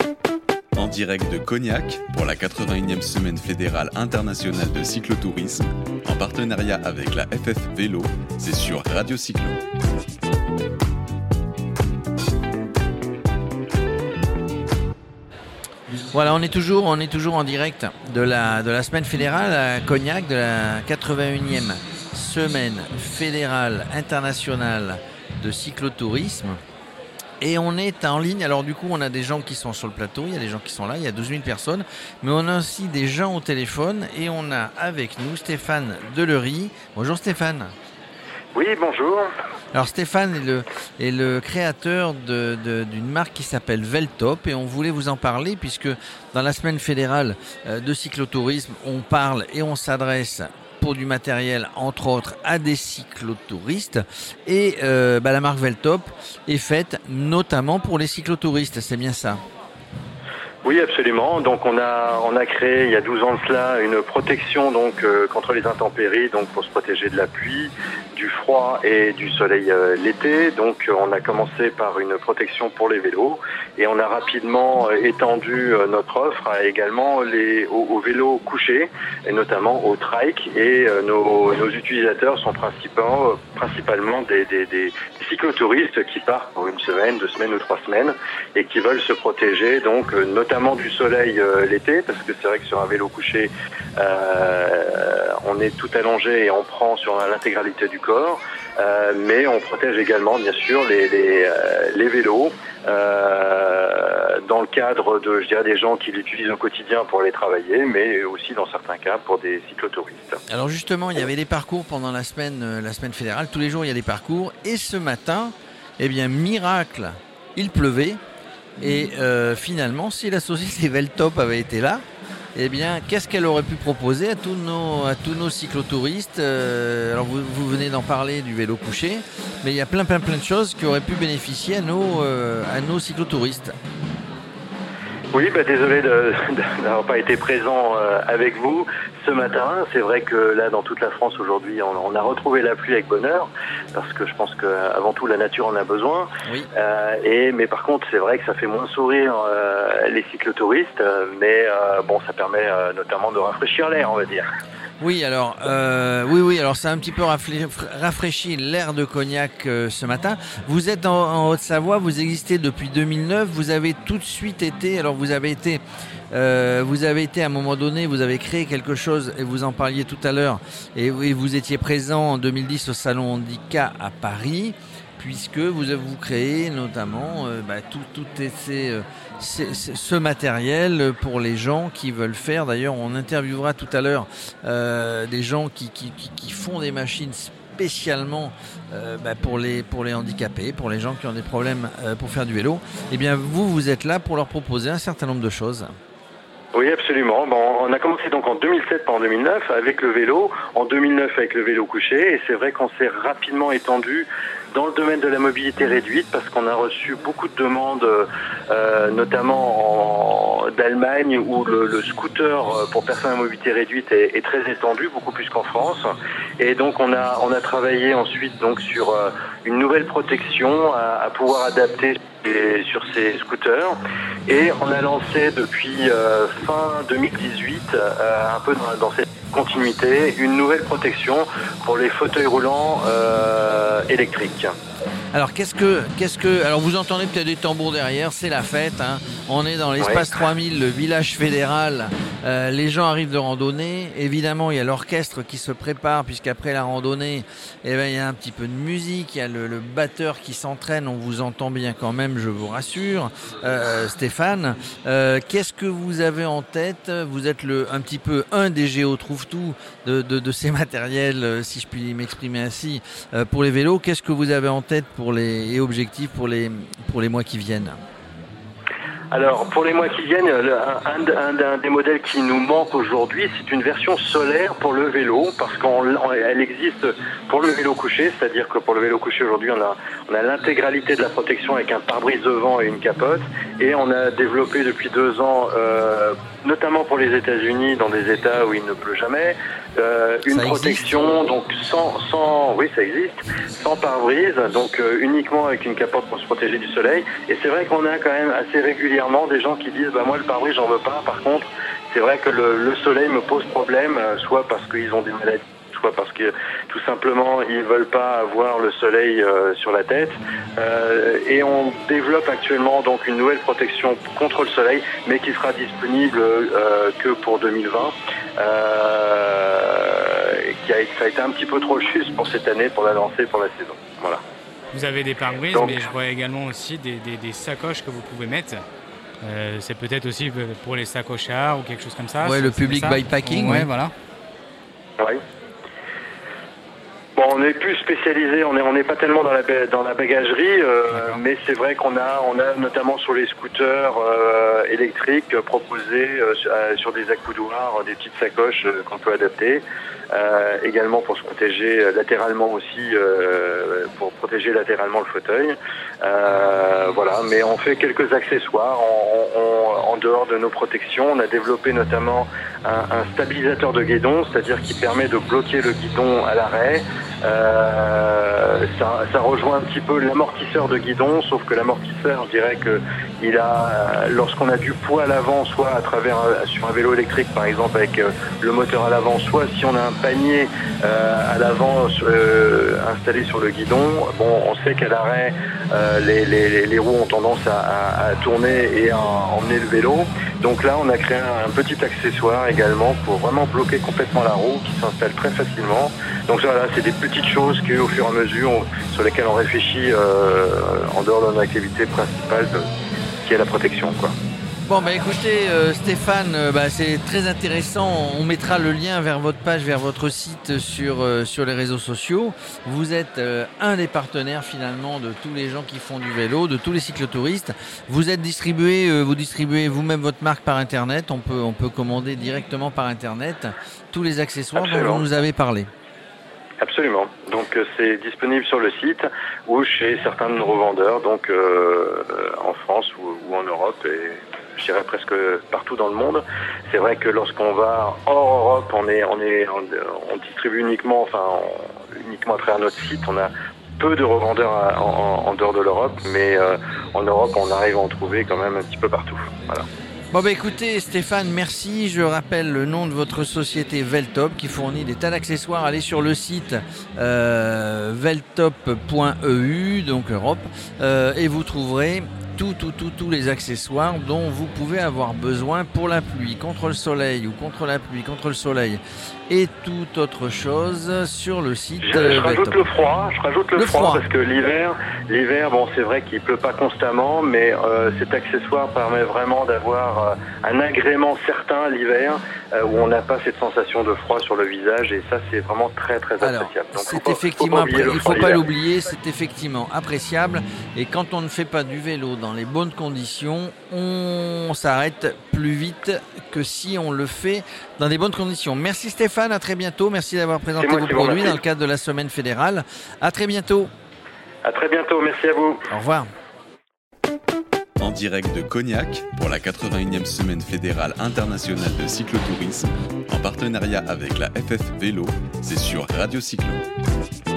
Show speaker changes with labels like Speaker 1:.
Speaker 1: En direct de Cognac pour la 81e semaine fédérale internationale de cyclotourisme, en partenariat avec la FF Vélo, c'est sur Radio Cyclo.
Speaker 2: Voilà, on est toujours en direct de la semaine fédérale à Cognac, de la 81e semaine fédérale internationale de cyclotourisme. Et on est en ligne. Alors du coup, on a des gens qui sont sur le plateau, il y a des gens qui sont là, il y a 12 000 personnes. Mais on a aussi des gens au téléphone et on a avec nous Stéphane Delery. Bonjour Stéphane.
Speaker 3: Oui, bonjour.
Speaker 2: Alors Stéphane est le créateur d'une marque qui s'appelle Veltop et on voulait vous en parler puisque dans la semaine fédérale de cyclotourisme, on parle et on s'adresse pour du matériel, entre autres, à des cyclotouristes. Et la marque Veltop est faite notamment pour les cyclotouristes, c'est bien ça?
Speaker 3: Oui, absolument. Donc on a créé il y a 12 ans de cela une protection contre les intempéries, donc pour se protéger de la pluie, du froid et du soleil l'été. Donc on a commencé par une protection pour les vélos et on a rapidement étendu notre offre également aux vélos couchés et notamment aux trikes. Et nos utilisateurs sont principalement des cyclotouristes qui partent pour une semaine, 2 semaines ou 3 semaines et qui veulent se protéger donc notamment du soleil l'été, parce que c'est vrai que sur un vélo couché on est tout allongé et on prend sur l'intégralité du corps, mais on protège également bien sûr les vélos dans le cadre des gens qui l'utilisent au quotidien pour aller travailler, mais aussi dans certains cas pour des cyclotouristes.
Speaker 2: Alors justement, il y avait des parcours pendant la semaine fédérale, tous les jours il y a des parcours, et ce matin, miracle, il pleuvait. Et finalement, si la société Veltop avait été là, qu'est-ce qu'elle aurait pu proposer à tous nos cyclotouristes? Alors vous venez d'en parler du vélo couché, mais il y a plein de choses qui auraient pu bénéficier à nos cyclotouristes.
Speaker 3: Oui, désolé d'avoir pas été présent avec vous ce matin. C'est vrai que là, dans toute la France aujourd'hui, on a retrouvé la pluie avec bonheur, parce que je pense qu'avant tout, la nature en a besoin. Oui. Mais par contre, c'est vrai que ça fait moins sourire les cyclotouristes, mais ça permet notamment de rafraîchir l'air, on va dire.
Speaker 2: Oui, alors ça a un petit peu rafraîchi l'air de Cognac ce matin. Vous êtes en Haute-Savoie, vous existez depuis 2009, vous avez tout de suite été, vous avez été à un moment donné, vous avez créé quelque chose, et vous en parliez tout à l'heure, et vous étiez présent en 2010 au Salon Handicap à Paris, puisque vous créez notamment tout ce matériel pour les gens qui veulent faire. D'ailleurs, on interviewera tout à l'heure des gens qui font des machines spécialement pour les handicapés, pour les gens qui ont des problèmes pour faire du vélo. Vous êtes là pour leur proposer un certain nombre de choses.
Speaker 3: Oui, absolument. On a commencé donc en 2007 pas en 2009 avec le vélo, en 2009 avec le vélo couché, et c'est vrai qu'on s'est rapidement étendu dans le domaine de la mobilité réduite, parce qu'on a reçu beaucoup de demandes, notamment d'Allemagne, où le scooter pour personnes à mobilité réduite est très étendu, beaucoup plus qu'en France. Et donc on a travaillé ensuite donc sur une nouvelle protection à pouvoir adapter sur ces scooters, et on a lancé depuis fin 2018 un peu dans cette continuité une nouvelle protection pour les fauteuils roulants électriques.
Speaker 2: Alors alors vous entendez peut-être des tambours derrière, c'est la fête, hein. On est dans l'espace 3000, le village fédéral. Les gens arrivent de randonnée. Évidemment, il y a l'orchestre qui se prépare, puisqu'après la randonnée, il y a un petit peu de musique. Il y a le batteur qui s'entraîne. On vous entend bien quand même, je vous rassure. Stéphane, qu'est-ce que vous avez en tête? Vous êtes un petit peu un des géo-trouve-tout de ces matériels, si je puis m'exprimer ainsi, pour les vélos. Qu'est-ce que vous avez en tête et objectifs pour les mois qui viennent?
Speaker 3: Alors, pour les mois qui viennent, un des modèles qui nous manque aujourd'hui, c'est une version solaire pour le vélo, parce qu'elle existe pour le vélo couché, c'est-à-dire que pour le vélo couché aujourd'hui, on a l'intégralité de la protection avec un pare-brise devant et une capote, et on a développé depuis 2 ans, notamment pour les États-Unis, dans des États où il ne pleut jamais, une protection donc oui, ça existe, sans pare-brise, donc uniquement avec une capote pour se protéger du soleil. Et c'est vrai qu'on a quand même assez régulièrement régulièrement des gens qui disent moi le pare-brise j'en veux pas. Par contre, c'est vrai que le soleil me pose problème, soit parce qu'ils ont des maladies, soit parce que tout simplement ils veulent pas avoir le soleil sur la tête. Et on développe actuellement donc une nouvelle protection contre le soleil, mais qui sera disponible que pour 2020. Ça a été un petit peu trop juste pour cette année, pour la lancée, pour la saison. Voilà.
Speaker 4: Vous avez des pare-brises, mais je vois également aussi des sacoches que vous pouvez mettre. C'est peut-être aussi pour les sacochards ou quelque chose comme ça.
Speaker 2: Ouais, le public bikepacking.
Speaker 4: Ouais, voilà.
Speaker 3: Oui. Bon, on est plus spécialisé, on n'est pas tellement dans la bagagerie, mais c'est vrai qu'on a notamment sur les scooters électriques proposé sur des accoudoirs des petites sacoches qu'on peut adapter. Également pour se protéger latéralement aussi, pour protéger latéralement le fauteuil. Voilà, mais on fait quelques accessoires en dehors de nos protections. On a développé notamment un stabilisateur de guidon, c'est-à-dire qui permet de bloquer le guidon à l'arrêt. Ça rejoint un petit peu l'amortisseur de guidon, sauf que l'amortisseur, je dirais que il a, lorsqu'on a du poids à l'avant, soit à travers sur un vélo électrique par exemple avec le moteur à l'avant, soit si on a un panier à l'avant installé sur le guidon, bon, on sait qu'à l'arrêt les roues ont tendance à tourner et à emmener le vélo. Donc là, on a créé un petit accessoire également pour vraiment bloquer complètement la roue qui s'installe très facilement. Donc voilà, c'est des petites choses qu'au fur et à mesure sur lesquelles on réfléchit en dehors de notre activité principale qui est la protection, quoi.
Speaker 2: Bon, écoutez, Stéphane, c'est très intéressant. On mettra le lien vers votre page, vers votre site sur les réseaux sociaux. Vous êtes un des partenaires finalement de tous les gens qui font du vélo, de tous les cyclotouristes. Vous êtes vous distribuez vous-même votre marque par Internet. On peut commander directement par Internet tous les accessoires
Speaker 3: Absolument.
Speaker 2: dont vous nous avez parlé.
Speaker 3: Absolument. Donc c'est disponible sur le site ou chez certains de nos revendeurs, donc en France ou en Europe et je dirais presque partout dans le monde. C'est vrai que lorsqu'on va hors Europe, on distribue uniquement à travers notre site. On a peu de revendeurs en dehors de l'Europe, mais en Europe, on arrive à en trouver quand même un petit peu partout. Voilà.
Speaker 2: Bon écoutez Stéphane, merci. Je rappelle le nom de votre société Veltop qui fournit des tas d'accessoires. Allez sur le site veltop.eu, donc Europe, et vous trouverez tous les accessoires dont vous pouvez avoir besoin pour la pluie, contre le soleil ou contre la pluie, contre le soleil et toute autre chose sur le site.
Speaker 3: Je rajoute le froid, parce que l'hiver, bon, c'est vrai qu'il pleut pas constamment, mais cet accessoire permet vraiment d'avoir un agrément certain l'hiver où on n'a pas cette sensation de froid sur le visage et ça c'est vraiment très très appréciable. Donc,
Speaker 2: c'est effectivement, il ne faut pas l'oublier, c'est effectivement appréciable et quand on ne fait pas du vélo dans les bonnes conditions, on s'arrête plus vite que si on le fait dans des bonnes conditions. Merci Stéphane, à très bientôt. Merci d'avoir présenté vos produits dans le cadre de la semaine fédérale. À très bientôt.
Speaker 3: À très bientôt, merci à vous.
Speaker 2: Au revoir.
Speaker 1: En direct de Cognac pour la 81e semaine fédérale internationale de cyclotourisme, en partenariat avec la FF Vélo, c'est sur Radio Cyclo.